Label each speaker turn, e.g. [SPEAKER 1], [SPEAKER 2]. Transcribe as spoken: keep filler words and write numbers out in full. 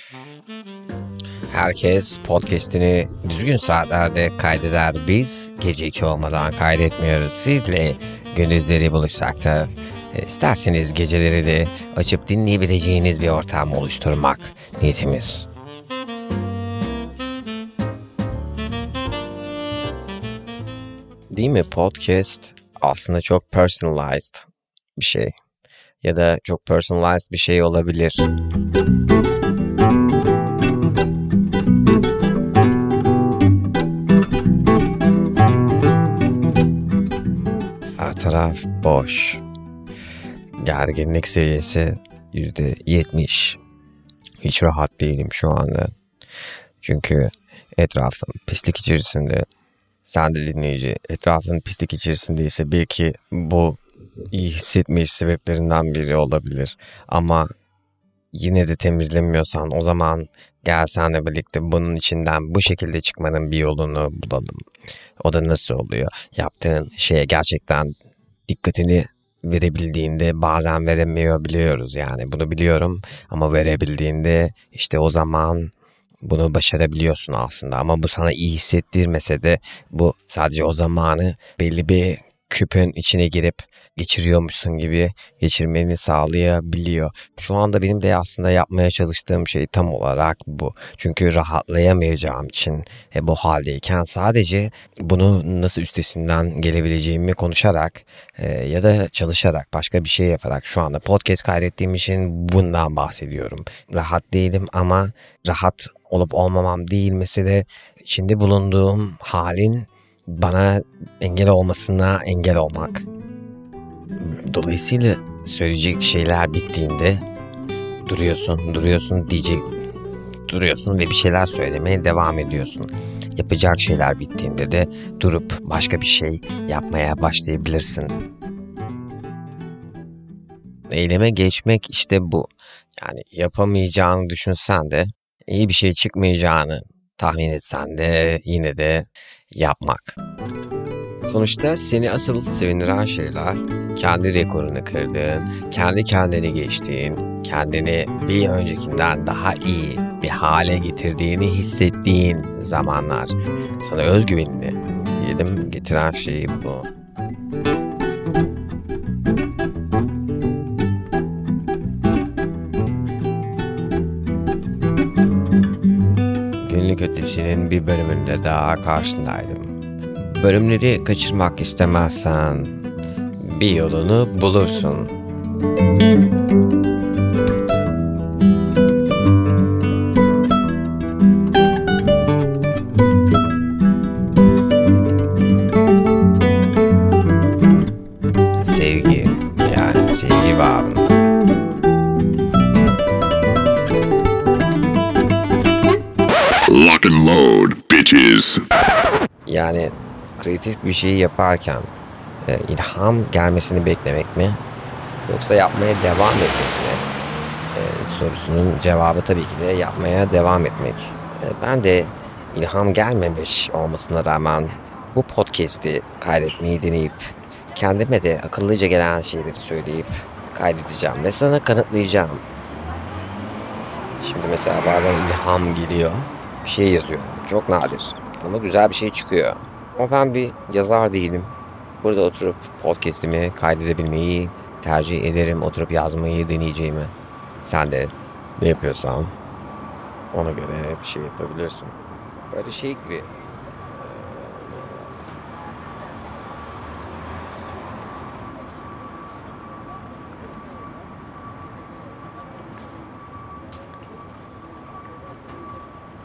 [SPEAKER 1] Herkes podcast'ini düzgün saatlerde kaydeder. Biz gece iki olmadan kaydetmiyoruz. Sizle gündüzleri buluşsak da e, isterseniz geceleri de açıp dinleyebileceğiniz bir ortam oluşturmak niyetimiz. Değil mi? Podcast aslında çok personalized bir şey. Ya da çok personalized bir şey olabilir. Her taraf boş. Gerginlik seviyesi yüzde yetmiş. Hiç rahat değilim şu anda. Çünkü etrafım pislik içerisinde. Sen de dinleyici, etrafın pislik içerisindeyse belki bu iyi hissetmeyiş sebeplerinden biri olabilir. Ama yine de temizlemiyorsan o zaman gel senle birlikte bunun içinden bu şekilde çıkmanın bir yolunu bulalım. O da nasıl oluyor? Yaptığın şeye gerçekten dikkatini verebildiğinde bazen veremiyor biliyoruz yani. Bunu biliyorum ama verebildiğinde işte o zaman bunu başarabiliyorsun aslında. Ama bu sana iyi hissettirmese de bu sadece o zamanı belli bir küpün içine girip geçiriyormuşsun gibi geçirmeni sağlayabiliyor. Şu anda benim de aslında yapmaya çalıştığım şey tam olarak bu. Çünkü rahatlayamayacağım için e, bu haldeyken sadece bunu nasıl üstesinden gelebileceğimi konuşarak e, ya da çalışarak başka bir şey yaparak şu anda podcast kaydettiğim için bundan bahsediyorum. Rahat değilim ama rahat olup olmamam değil mesele içinde bulunduğum halin bana engel olmasına engel olmak. Dolayısıyla söyleyecek şeyler bittiğinde duruyorsun, duruyorsun diyecek, duruyorsun ve bir şeyler söylemeye devam ediyorsun. Yapacak şeyler bittiğinde de durup başka bir şey yapmaya başlayabilirsin. Eyleme geçmek işte bu. Yani yapamayacağını düşünsen de iyi bir şey çıkmayacağını tahmin etsen de yine de yapmak. Sonuçta seni asıl sevindiren şeyler kendi rekorunu kırdığın, kendi kendini geçtiğin, kendini bir öncekinden daha iyi bir hale getirdiğini hissettiğin zamanlar. Sana özgüvenini diyelim getiren şey bu. Günlük Ötesi'nin bir bölümünde daha karşındaydım. Bölümleri kaçırmak istemezsen bir yolunu bulursun. Sevgi, yani sevgi bağımlı.
[SPEAKER 2] Lock and load, bitches.
[SPEAKER 1] Yani kreatif bir şey yaparken e, ilham gelmesini beklemek mi? Yoksa yapmaya devam etmek mi? E, sorusunun cevabı tabii ki de yapmaya devam etmek. E, ben de ilham gelmemiş olmasına rağmen bu podcast'i kaydetmeyi deneyip kendime de akıllıca gelen şeyleri söyleyip kaydedeceğim ve sana kanıtlayacağım. Şimdi mesela bazen ilham geliyor, bir şey yazıyorum. Çok nadir ama güzel bir şey çıkıyor. Ama ben bir yazar değilim. Burada oturup podcast'imi kaydedebilmeyi tercih ederim. Oturup yazmayı deneyeceğimi. Sen de ne yapıyorsan ona göre bir şey yapabilirsin. Böyle şey gibi